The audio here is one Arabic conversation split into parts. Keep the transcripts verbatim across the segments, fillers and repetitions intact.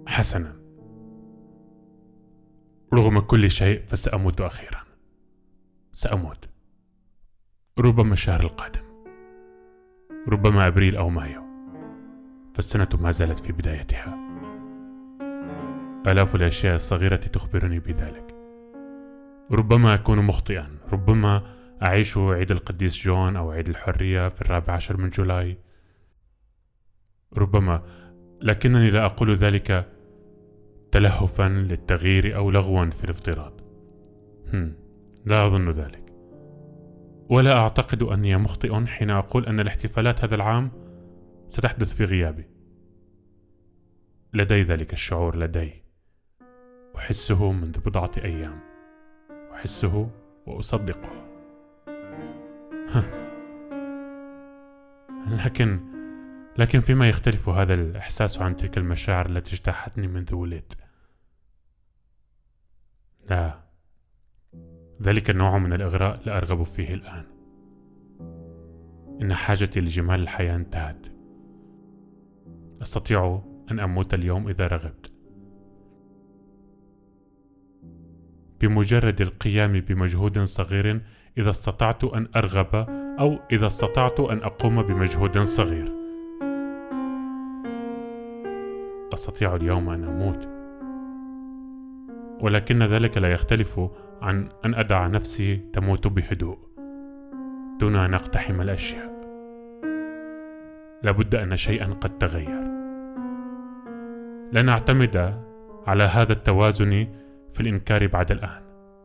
حسنا، رغم كل شيء فسأموت أخيرا. سأموت، ربما الشهر القادم، ربما أبريل أو مايو، فالسنة ما زالت في بدايتها. آلاف الأشياء الصغيرة تخبرني بذلك. ربما أكون مخطئا، ربما أعيش عيد القديس جون أو عيد الحرية في الرابع عشر من جولاي، ربما، لكنني لا أقول ذلك تلهفا للتغيير أو لغوا في الافتراض. هم. لا أظن ذلك، ولا أعتقد أني مخطئ حين أقول أن الاحتفالات هذا العام ستحدث في غيابي. لدي ذلك الشعور، لدي أحسه منذ بضعة أيام، أحسه وأصدقه. لكن لكن فيما يختلف هذا الإحساس عن تلك المشاعر التي اجتاحتني منذ ولدت. لا، ذلك النوع من الإغراء لا أرغب فيه الآن. إن حاجتي لجمال الحياة انتهت. أستطيع أن أموت اليوم إذا رغبت، بمجرد القيام بمجهود صغير. إذا استطعت أن أرغب أو إذا استطعت أن أقوم بمجهود صغير، أستطيع اليوم أن أموت. ولكن ذلك لا يختلف عن أن أدع نفسي تموت بهدوء دون أن أقتحم الأشياء. لابد أن شيئا قد تغير. لن أعتمد على هذا التوازن في الإنكار بعد الآن،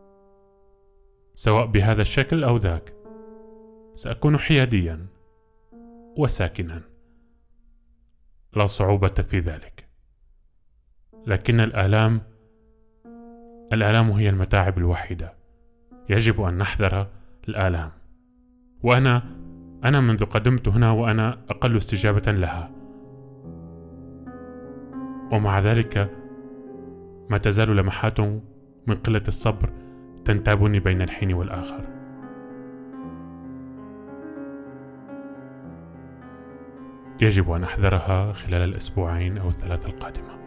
سواء بهذا الشكل أو ذاك. سأكون حياديا وساكنا، لا صعوبة في ذلك. لكن الآلام الآلام هي المتاعب الوحيدة. يجب أن نحذر الآلام، وأنا أنا منذ قدمت هنا وأنا أقل استجابة لها، ومع ذلك ما تزال لمحات من قلة الصبر تنتابني بين الحين والآخر. يجب أن أحذرها خلال الأسبوعين أو الثلاثة القادمة،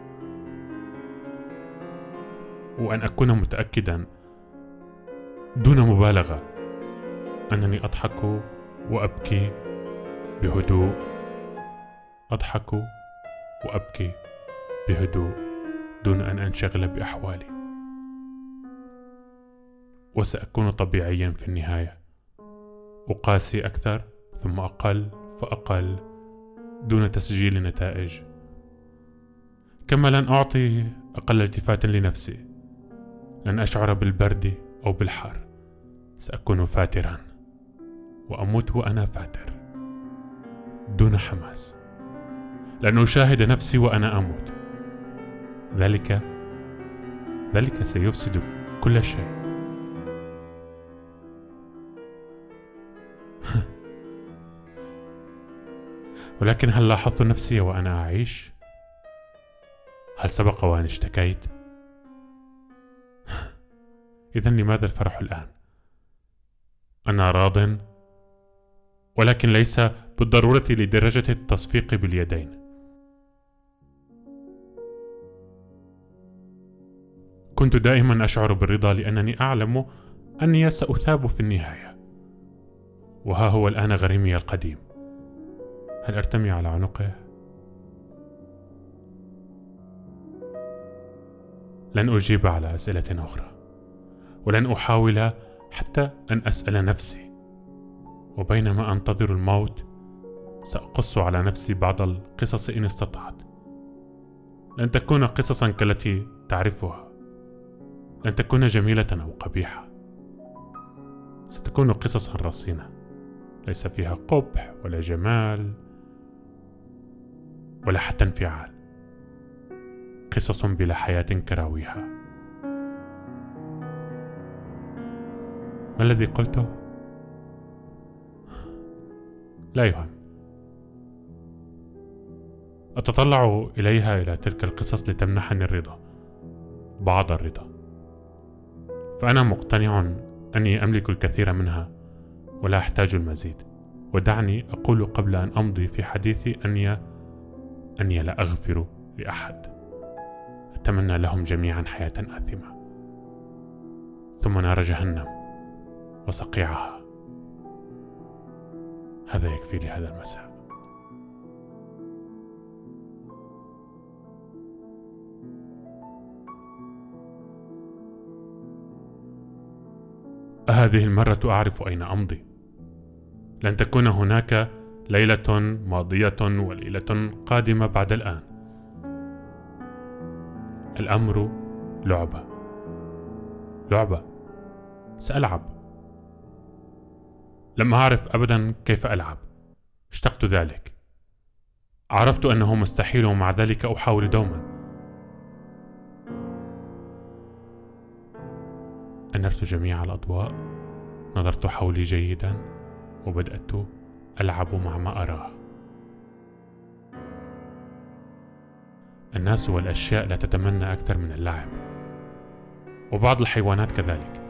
وأن أكون متأكدا دون مبالغة أنني أضحك وأبكي بهدوء، أضحك وأبكي بهدوء دون أن أنشغل بأحوالي. وسأكون طبيعيا في النهاية، أقاسي أكثر ثم أقل فأقل دون تسجيل نتائج. كما لن أعطي أقل التفات لنفسي، لن أشعر بالبرد أو بالحر. سأكون فاترا وأموت وأنا فاتر دون حماس. لن أشاهد نفسي وأنا أموت. ذلك ذلك سيفسد كل شيء. ولكن هل لاحظت نفسي وأنا أعيش؟ هل سبق وأن اشتكيت؟ إذن لماذا الفرح الآن؟ أنا راض، ولكن ليس بالضرورة لدرجة التصفيق باليدين. كنت دائما أشعر بالرضا لأنني أعلم أني سأثاب في النهاية، وها هو الآن غريمي القديم. هل أرتمي على عنقه؟ لن أجيب على أسئلة أخرى، ولن أحاول حتى أن أسأل نفسي. وبينما أنتظر الموت سأقص على نفسي بعض القصص إن استطعت. لن تكون قصصا كالتي تعرفها، لن تكون جميلة أو قبيحة. ستكون قصصا رصينة ليس فيها قبح ولا جمال ولا حتى انفعال. قصص بلا حياة كراويها. ما الذي قلته؟ لا يهم. أتطلع إليها، إلى تلك القصص، لتمنحني الرضا، بعض الرضا. فأنا مقتنع أني أملك الكثير منها ولا أحتاج المزيد. ودعني أقول قبل أن أمضي في حديثي أني أني لا أغفر لأحد. وأتمنى لهم جميعا حياة آثمة، ثم نار جهنم وصقيعها. هذا يكفي لهذا المساء. هذه المرة أعرف أين أمضي. لن تكون هناك ليلة ماضية وليلة قادمة بعد الآن. الأمر لعبة لعبة سألعب. لم أعرف أبدا كيف ألعب. اشتقت ذلك. عرفت أنه مستحيل، ومع ذلك أحاول دوما. أنرت جميع الأضواء، نظرت حولي جيدا، وبدأت ألعب مع ما أراه. الناس والأشياء لا تتمنى أكثر من اللعب، وبعض الحيوانات كذلك.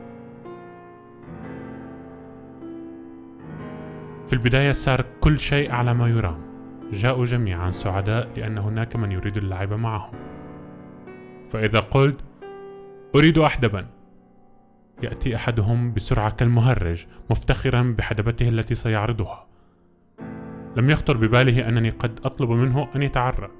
في البداية صار كل شيء على ما يرام. جاءوا جميعا سعداء لأن هناك من يريد اللعب معهم. فإذا قلت أريد أحدبا، يأتي أحدهم بسرعة كالمهرج مفتخرا بحدبته التي سيعرضها. لم يخطر بباله أنني قد أطلب منه أن يتعرى.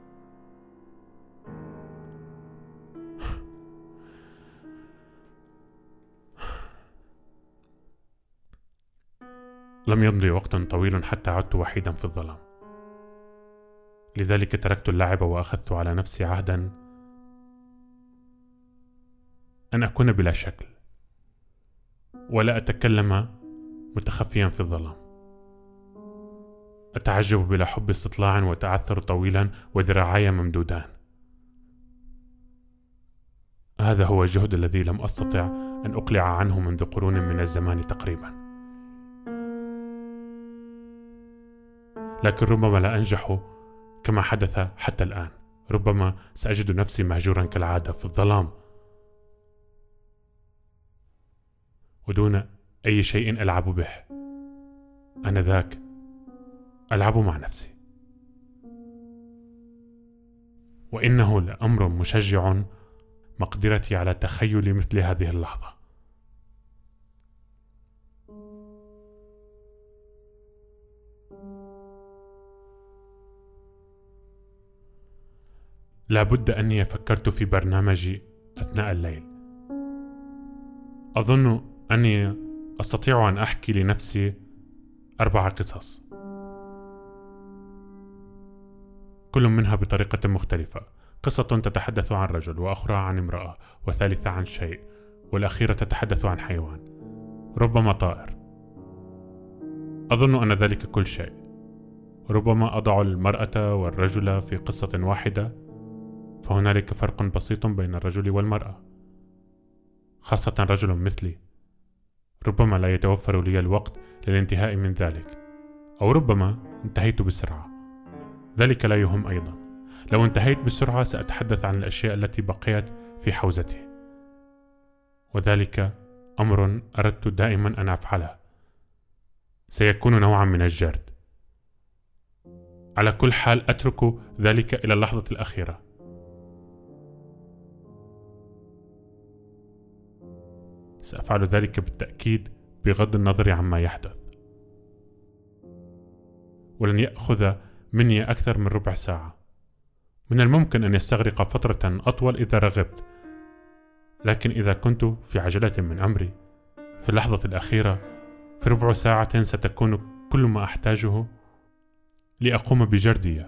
لم يمضي وقت طويل حتى عدت وحيدا في الظلام. لذلك تركت اللعب وأخذت على نفسي عهدا أن أكون بلا شكل، ولا أتكلم متخفيا في الظلام. أتعجب بلا حب استطلاع، وتعثر طويلا وذراعاي ممدودان. هذا هو الجهد الذي لم أستطع أن أقلع عنه منذ قرون من الزمان تقريبا. لكن ربما لا أنجح كما حدث حتى الآن. ربما سأجد نفسي مهجورا كالعادة في الظلام، ودون أي شيء ألعب به. أنا ذاك ألعب مع نفسي. وإنه لأمر مشجع مقدرتي على تخيل مثل هذه اللحظة. لابد أني فكرت في برنامجي أثناء الليل. أظن أني أستطيع أن أحكي لنفسي أربع قصص، كل منها بطريقة مختلفة. قصة تتحدث عن رجل، وأخرى عن امرأة، وثالثة عن شيء، والأخيرة تتحدث عن حيوان، ربما طائر. أظن أن ذلك كل شيء. ربما أضع المرأة والرجل في قصة واحدة، فهنالك فرق بسيط بين الرجل والمرأة، خاصة رجل مثلي. ربما لا يتوفر لي الوقت للانتهاء من ذلك، أو ربما انتهيت بسرعة. ذلك لا يهم أيضا. لو انتهيت بسرعة سأتحدث عن الأشياء التي بقيت في حوزتي، وذلك أمر أردت دائما أن أفعله. سيكون نوعا من الجرد. على كل حال أترك ذلك إلى اللحظة الأخيرة. سأفعل ذلك بالتأكيد بغض النظر عما يحدث، ولن يأخذ مني أكثر من ربع ساعة. من الممكن أن يستغرق فترة أطول إذا رغبت، لكن إذا كنت في عجلة من أمري في اللحظة الأخيرة، في ربع ساعة ستكون كل ما أحتاجه لأقوم بجردي.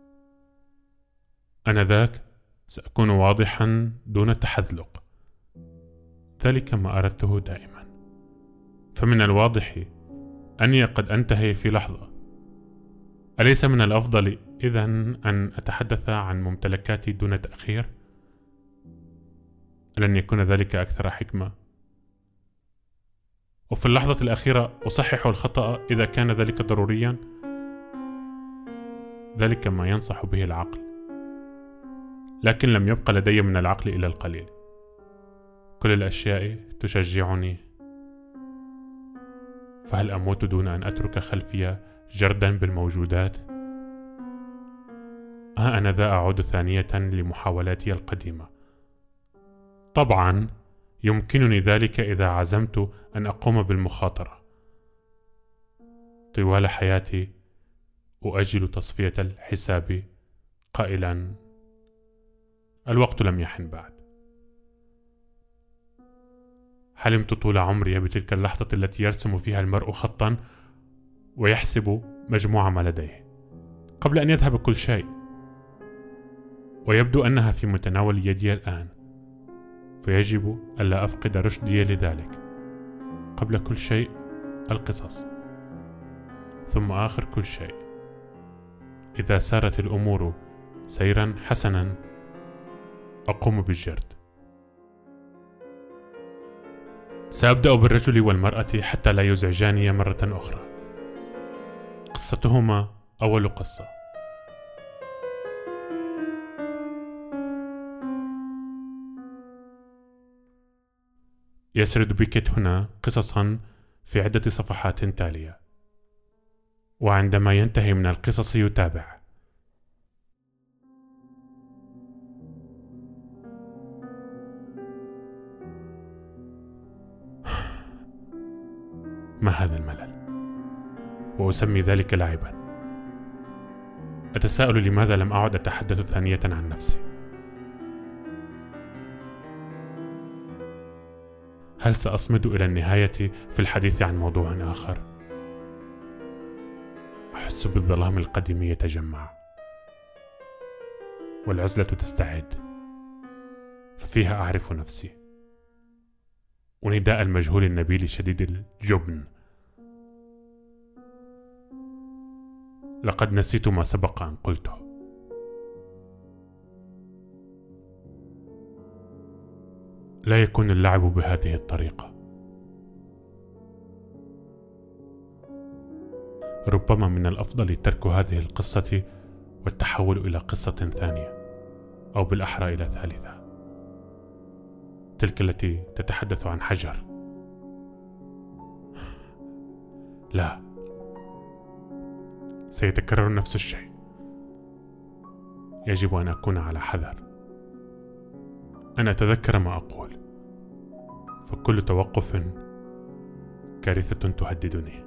أنا ذاك سأكون واضحا دون تحذلق. ذلك ما أردته دائما. فمن الواضح أني قد أنتهي في لحظة. أليس من الأفضل إذن أن أتحدث عن ممتلكاتي دون تأخير؟ ألن يكون ذلك أكثر حكمة؟ وفي اللحظة الأخيرة أصحح الخطأ إذا كان ذلك ضروريا. ذلك ما ينصح به العقل، لكن لم يبقى لدي من العقل إلا القليل. كل الأشياء تشجعني، فهل أموت دون أن أترك خلفي جردا بالموجودات؟ ها أنا ذا أعود ثانية لمحاولاتي القديمة. طبعا يمكنني ذلك إذا عزمت أن أقوم بالمخاطرة. طوال حياتي أؤجل تصفية الحساب قائلا الوقت لم يحن بعد. حلمت طول عمري بتلك اللحظة التي يرسم فيها المرء خطا ويحسب مجموع ما لديه قبل أن يذهب كل شيء، ويبدو أنها في متناول يدي الآن، فيجب ألا أفقد رشدي لذلك. قبل كل شيء القصص، ثم آخر كل شيء. إذا سارت الأمور سيرا حسنا أقوم بالجرد. سأبدأ بالرجل والمرأة حتى لا يزعجاني مرة أخرى. قصتهما أول قصة. يسرد بيكيت هنا قصصا في عدة صفحات تالية، وعندما ينتهي من القصص يتابع. ما هذا الملل؟ وأسمي ذلك لعبا. أتساءل لماذا لم أعد أتحدث ثانية عن نفسي. هل سأصمد إلى النهاية في الحديث عن موضوع آخر؟ أحس بالظلام القديم يتجمع، والعزلة تستعد، ففيها أعرف نفسي، ونداء المجهول النبيل شديد الجبن. لقد نسيت ما سبق أن قلته. لا يكون اللعب بهذه الطريقة. ربما من الأفضل ترك هذه القصة والتحول إلى قصة ثانية، أو بالأحرى إلى ثالثة، تلك التي تتحدث عن حجر. لا، سيتكرر نفس الشيء. يجب أن أكون على حذر. أن أتذكر ما أقول، فكل توقف كارثة تهددني.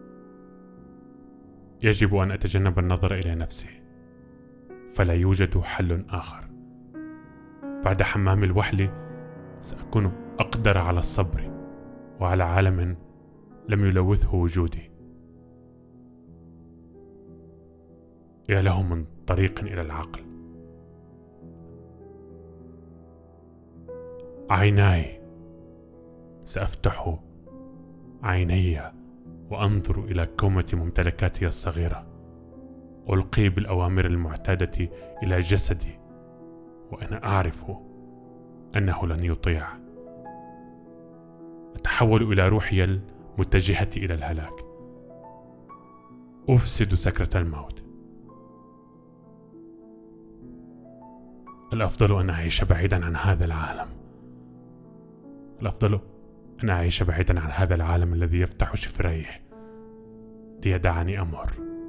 يجب أن أتجنب النظر إلى نفسي، فلا يوجد حل آخر. بعد حمام الوحل سأكون أقدر على الصبر وعلى عالم لم يلوثه وجودي. يا له من طريق إلى العقل. عيناي، سأفتح عيني وأنظر إلى كومة ممتلكاتي الصغيرة، ألقي بالأوامر المعتادة إلى جسدي وأنا أعرف أنه لن يطيع. أتحول إلى روحي المتجهة إلى الهلاك. أفسد سكرة الموت. الأفضل أن أعيش بعيدا عن هذا العالم. الأفضل أن أعيش بعيدا عن هذا العالم الذي يفتح شفريه ليدعني أمر.